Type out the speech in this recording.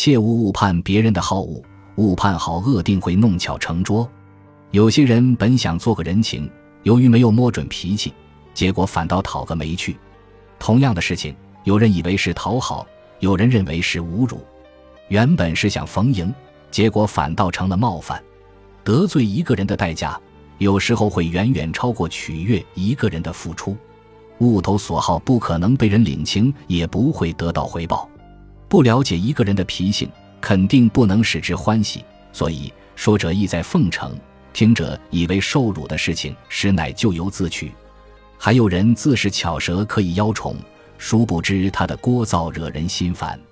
切勿误判别人的好恶，误判好恶定会弄巧成拙。有些人本想做个人情，由于没有摸准脾气，结果反倒讨个没趣。同样的事情，有人以为是讨好，有人认为是侮辱。原本是想逢迎，结果反倒成了冒犯。得罪一个人的代价，有时候会远远超过取悦一个人的付出。物投所好不可能被人领情，也不会得到回报。不了解一个人的脾性，肯定不能使之欢喜。所以说者意在奉承，听者以为受辱的事情，实乃咎由自取。还有人自恃巧舌可以邀宠，殊不知他的聒噪惹人心烦。